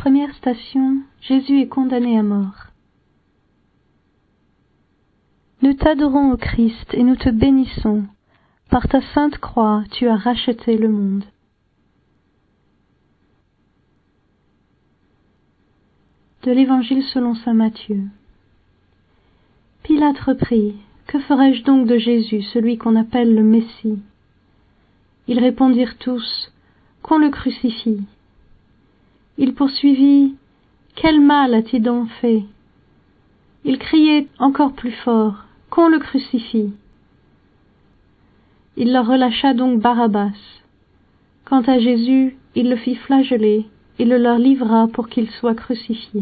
première station, Jésus est condamné à mort. Nous t'adorons, ô Christ, et nous te bénissons. Par ta sainte croix, tu as racheté le monde. De l'Évangile selon saint Matthieu. Pilate reprit, que ferai-je donc de Jésus, celui qu'on appelle le Messie? Ils répondirent tous, qu'on le crucifie. Il poursuivit, quel mal a-t-il donc fait? Il criait encore plus fort, qu'on le crucifie. Il leur relâcha donc Barabbas. Quant à Jésus, il le fit flageller et le leur livra pour qu'il soit crucifié.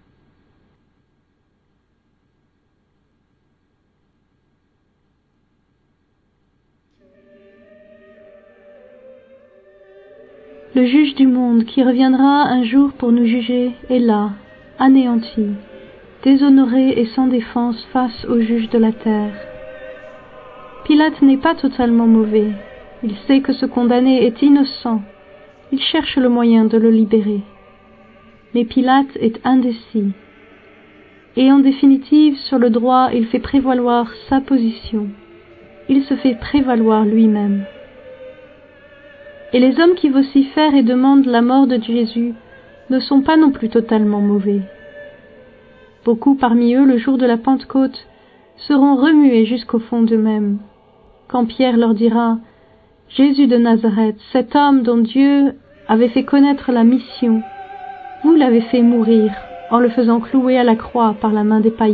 Le juge du monde qui reviendra un jour pour nous juger est là, anéanti, déshonoré et sans défense face au juge de la terre. Pilate n'est pas totalement mauvais. Il sait que ce condamné est innocent. Il cherche le moyen de le libérer. Mais Pilate est indécis. Et en définitive, sur le droit, il fait prévaloir sa position. Il se fait prévaloir lui-même. Et les hommes qui vocifèrent et demandent la mort de Jésus ne sont pas non plus totalement mauvais. Beaucoup parmi eux, le jour de la Pentecôte, seront remués jusqu'au fond d'eux-mêmes, quand Pierre leur dira « Jésus de Nazareth, cet homme dont Dieu avait fait connaître la mission, vous l'avez fait mourir en le faisant clouer à la croix par la main des païens. »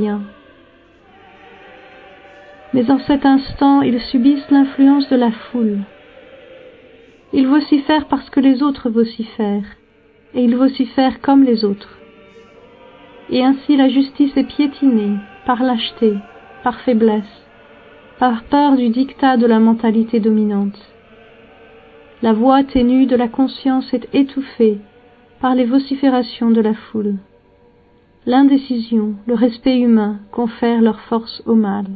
Mais en cet instant, ils subissent l'influence de la foule. Ils vocifèrent parce que les autres vocifèrent, et ils vocifèrent comme les autres. Et ainsi la justice est piétinée par lâcheté, par faiblesse, par peur du diktat de la mentalité dominante. La voix ténue de la conscience est étouffée par les vociférations de la foule. L'indécision, le respect humain confèrent leur force au mal.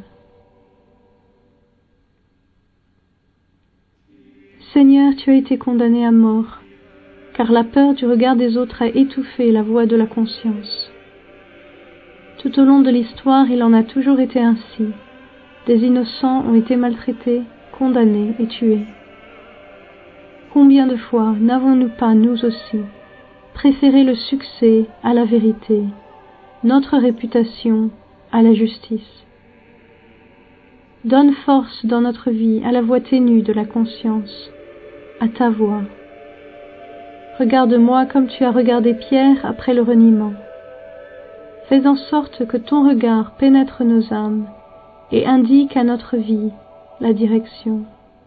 Seigneur, tu as été condamné à mort, car la peur du regard des autres a étouffé la voix de la conscience. Tout au long de l'histoire, il en a toujours été ainsi. Des innocents ont été maltraités, condamnés et tués. Combien de fois n'avons-nous pas, nous aussi, préféré le succès à la vérité, notre réputation à la justice? Donne force dans notre vie à la voix ténue de la conscience, à ta voix. Regarde-moi comme tu as regardé Pierre après le reniement. Fais en sorte que ton regard pénètre nos âmes et indique à notre vie la direction.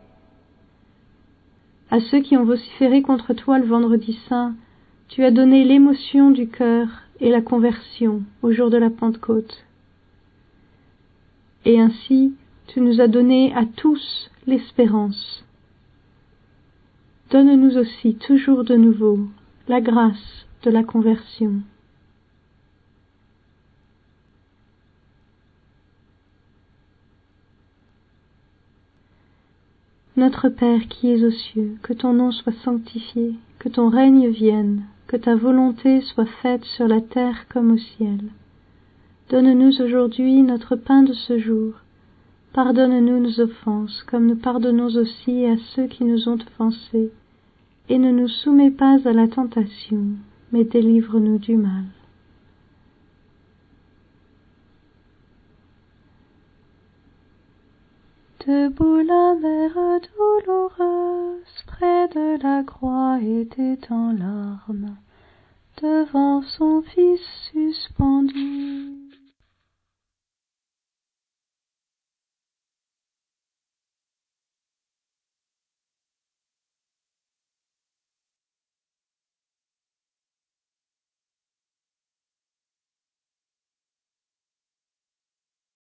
À ceux qui ont vociféré contre toi le vendredi saint, tu as donné l'émotion du cœur et la conversion au jour de la Pentecôte. Et ainsi, tu nous as donné à tous l'espérance. Donne-nous aussi toujours de nouveau la grâce de la conversion. Notre Père qui es aux cieux, que ton nom soit sanctifié, que ton règne vienne, que ta volonté soit faite sur la terre comme au ciel. Donne-nous aujourd'hui notre pain de ce jour. Pardonne-nous nos offenses, comme nous pardonnons aussi à ceux qui nous ont offensés. Et ne nous soumets pas à la tentation, mais délivre-nous du mal. Debout la mère douloureuse, près de la croix était en larmes, devant son fils